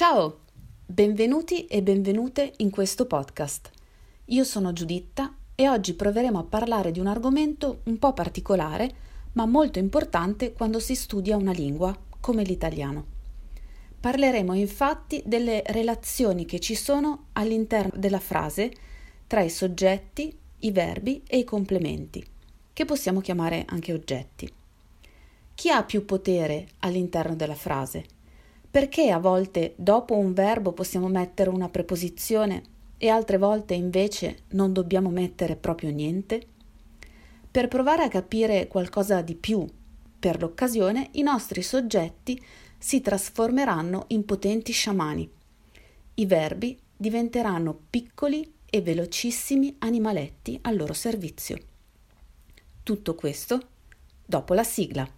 Ciao, benvenuti e benvenute in questo podcast. Io sono Giuditta e oggi proveremo a parlare di un argomento un po' particolare, ma molto importante quando si studia una lingua come l'italiano. Parleremo infatti delle relazioni che ci sono all'interno della frase tra i soggetti, i verbi e i complementi, che possiamo chiamare anche oggetti. Chi ha più potere all'interno della frase? Perché a volte dopo un verbo possiamo mettere una preposizione e altre volte invece non dobbiamo mettere proprio niente? Per provare a capire qualcosa di più per l'occasione, i nostri soggetti si trasformeranno in potenti sciamani. I verbi diventeranno piccoli e velocissimi animaletti al loro servizio. Tutto questo dopo la sigla.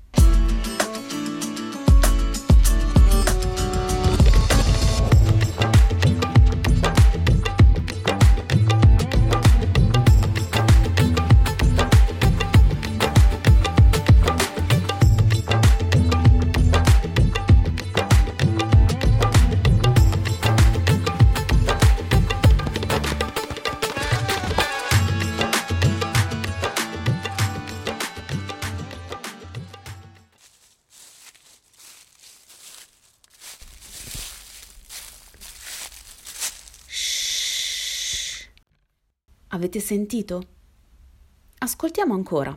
Avete sentito? Ascoltiamo ancora.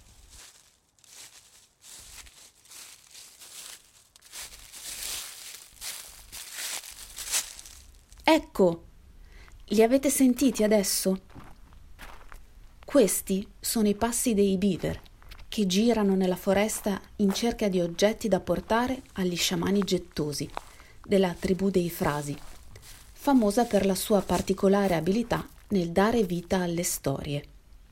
Ecco, li avete sentiti adesso? Questi sono i passi dei beaver che girano nella foresta in cerca di oggetti da portare agli sciamani gettosi della tribù dei Frasi, famosa per la sua particolare abilità nel dare vita alle storie.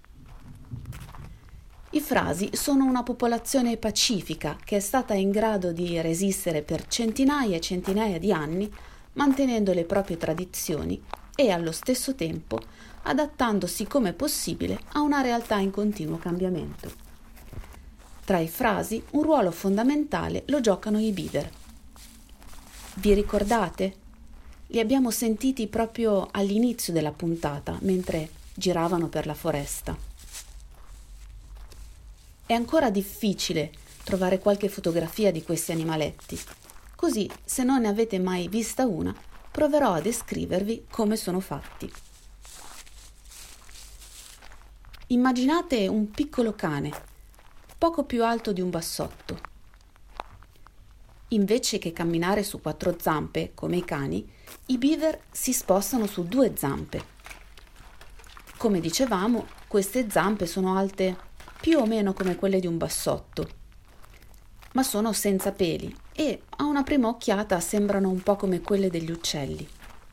I Frasi sono una popolazione pacifica che è stata in grado di resistere per centinaia e centinaia di anni, mantenendo le proprie tradizioni e allo stesso tempo adattandosi come possibile a una realtà in continuo cambiamento. Tra i Frasi un ruolo fondamentale lo giocano i beaver. Vi ricordate? Li abbiamo sentiti proprio all'inizio della puntata, mentre giravano per la foresta. È ancora difficile trovare qualche fotografia di questi animaletti, così se non ne avete mai vista una, proverò a descrivervi come sono fatti. Immaginate un piccolo cane, poco più alto di un bassotto. Invece che camminare su 4 zampe, come i cani, i beaver si spostano su 2 zampe. Come dicevamo, queste zampe sono alte più o meno come quelle di un bassotto, ma sono senza peli e a una prima occhiata sembrano un po' come quelle degli uccelli.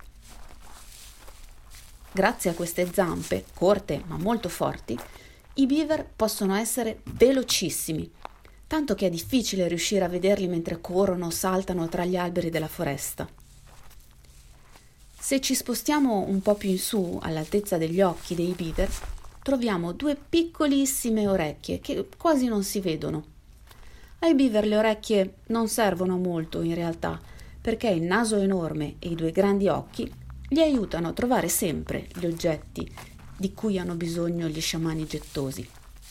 Grazie a queste zampe, corte ma molto forti, i beaver possono essere velocissimi, tanto che è difficile riuscire a vederli mentre corrono o saltano tra gli alberi della foresta. Se ci spostiamo un po' più in su, all'altezza degli occhi dei beaver, troviamo 2 piccolissime orecchie che quasi non si vedono. Ai beaver le orecchie non servono a molto in realtà, perché il naso enorme e i 2 grandi occhi li aiutano a trovare sempre gli oggetti di cui hanno bisogno gli sciamani gettosi.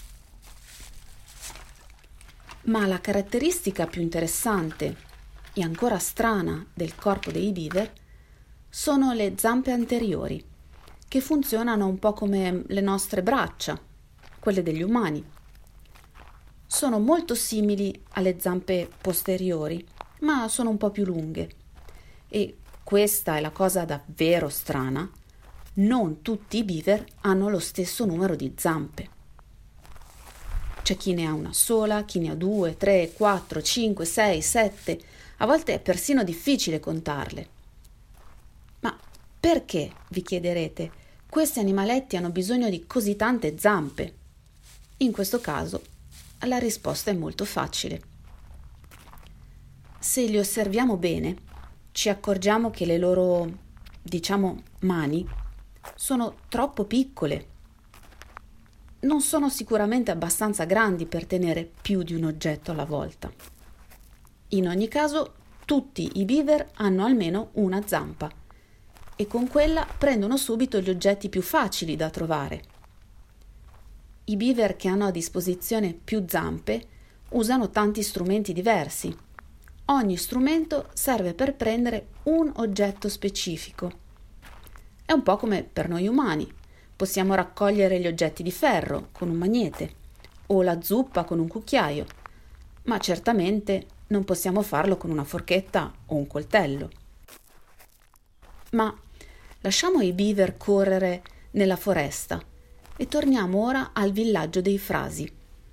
Ma la caratteristica più interessante e ancora strana del corpo dei beaver sono le zampe anteriori, che funzionano un po' come le nostre braccia, quelle degli umani. Sono molto simili alle zampe posteriori, ma sono un po' più lunghe. E questa è la cosa davvero strana: non tutti i beaver hanno lo stesso numero di zampe. C'è chi ne ha una sola, chi ne ha 2, 3, 4, 5, 6, 7. A volte è persino difficile contarle. Ma perché, vi chiederete, questi animaletti hanno bisogno di così tante zampe? In questo caso, la risposta è molto facile. Se li osserviamo bene, ci accorgiamo che le loro, mani sono troppo piccole. Non sono sicuramente abbastanza grandi per tenere più di un oggetto alla volta. In ogni caso, tutti i beaver hanno almeno una zampa e con quella prendono subito gli oggetti più facili da trovare. I beaver che hanno a disposizione più zampe usano tanti strumenti diversi. Ogni strumento serve per prendere un oggetto specifico. È un po' come per noi umani. Possiamo raccogliere gli oggetti di ferro con un magnete o la zuppa con un cucchiaio, ma certamente non possiamo farlo con una forchetta o un coltello. Ma lasciamo i beaver correre nella foresta e torniamo ora al villaggio dei frasi.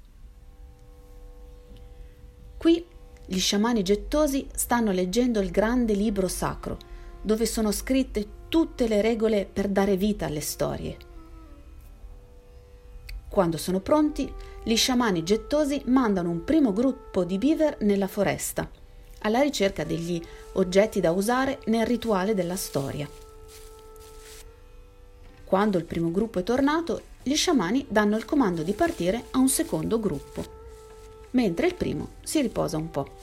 Qui gli sciamani gettosi stanno leggendo il grande libro sacro, dove sono scritte tutte le regole per dare vita alle storie. Quando sono pronti, gli sciamani gettosi mandano un primo gruppo di beaver nella foresta, alla ricerca degli oggetti da usare nel rituale della storia. Quando il primo gruppo è tornato, gli sciamani danno il comando di partire a un secondo gruppo, mentre il primo si riposa un po'.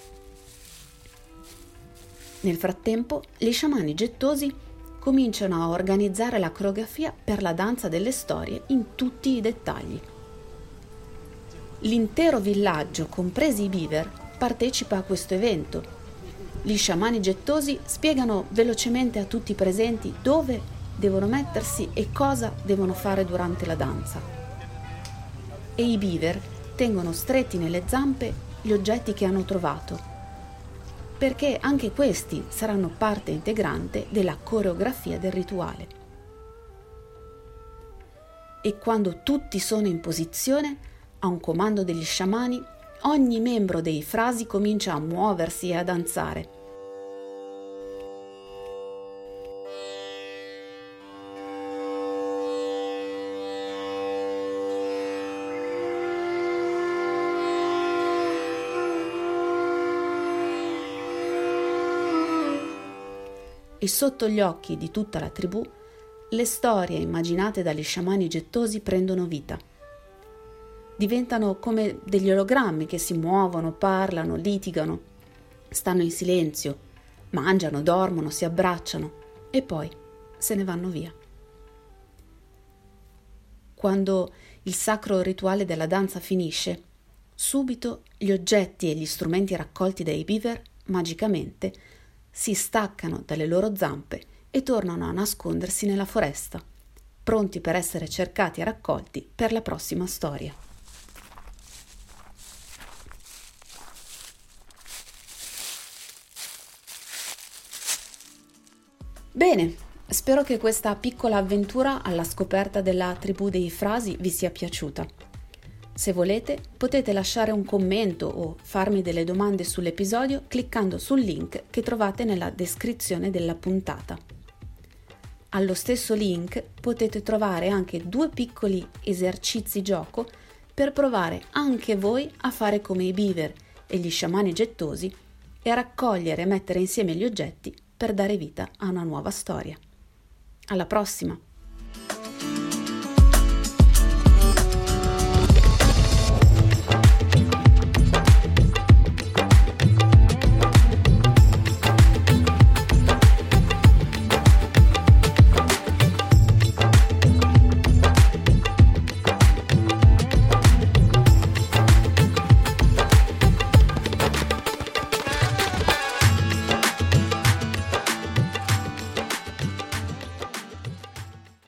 Nel frattempo, gli sciamani gettosi cominciano a organizzare la coreografia per la danza delle storie in tutti i dettagli. L'intero villaggio, compresi i beaver, partecipa a questo evento. Gli sciamani gettosi spiegano velocemente a tutti i presenti dove devono mettersi e cosa devono fare durante la danza. E i beaver tengono stretti nelle zampe gli oggetti che hanno trovato, perché anche questi saranno parte integrante della coreografia del rituale. E quando tutti sono in posizione, a un comando degli sciamani, ogni membro dei frasi comincia a muoversi e a danzare. E sotto gli occhi di tutta la tribù, le storie immaginate dagli sciamani gettosi prendono vita. Diventano come degli ologrammi che si muovono, parlano, litigano, stanno in silenzio, mangiano, dormono, si abbracciano e poi se ne vanno via. Quando il sacro rituale della danza finisce, subito gli oggetti e gli strumenti raccolti dai beaver, magicamente, si staccano dalle loro zampe e tornano a nascondersi nella foresta, pronti per essere cercati e raccolti per la prossima storia. Bene, spero che questa piccola avventura alla scoperta della tribù dei frasi vi sia piaciuta. Se volete, potete lasciare un commento o farmi delle domande sull'episodio cliccando sul link che trovate nella descrizione della puntata. Allo stesso link potete trovare anche 2 piccoli esercizi gioco per provare anche voi a fare come i beaver e gli sciamani gettosi e a raccogliere e mettere insieme gli oggetti per dare vita a una nuova storia. Alla prossima!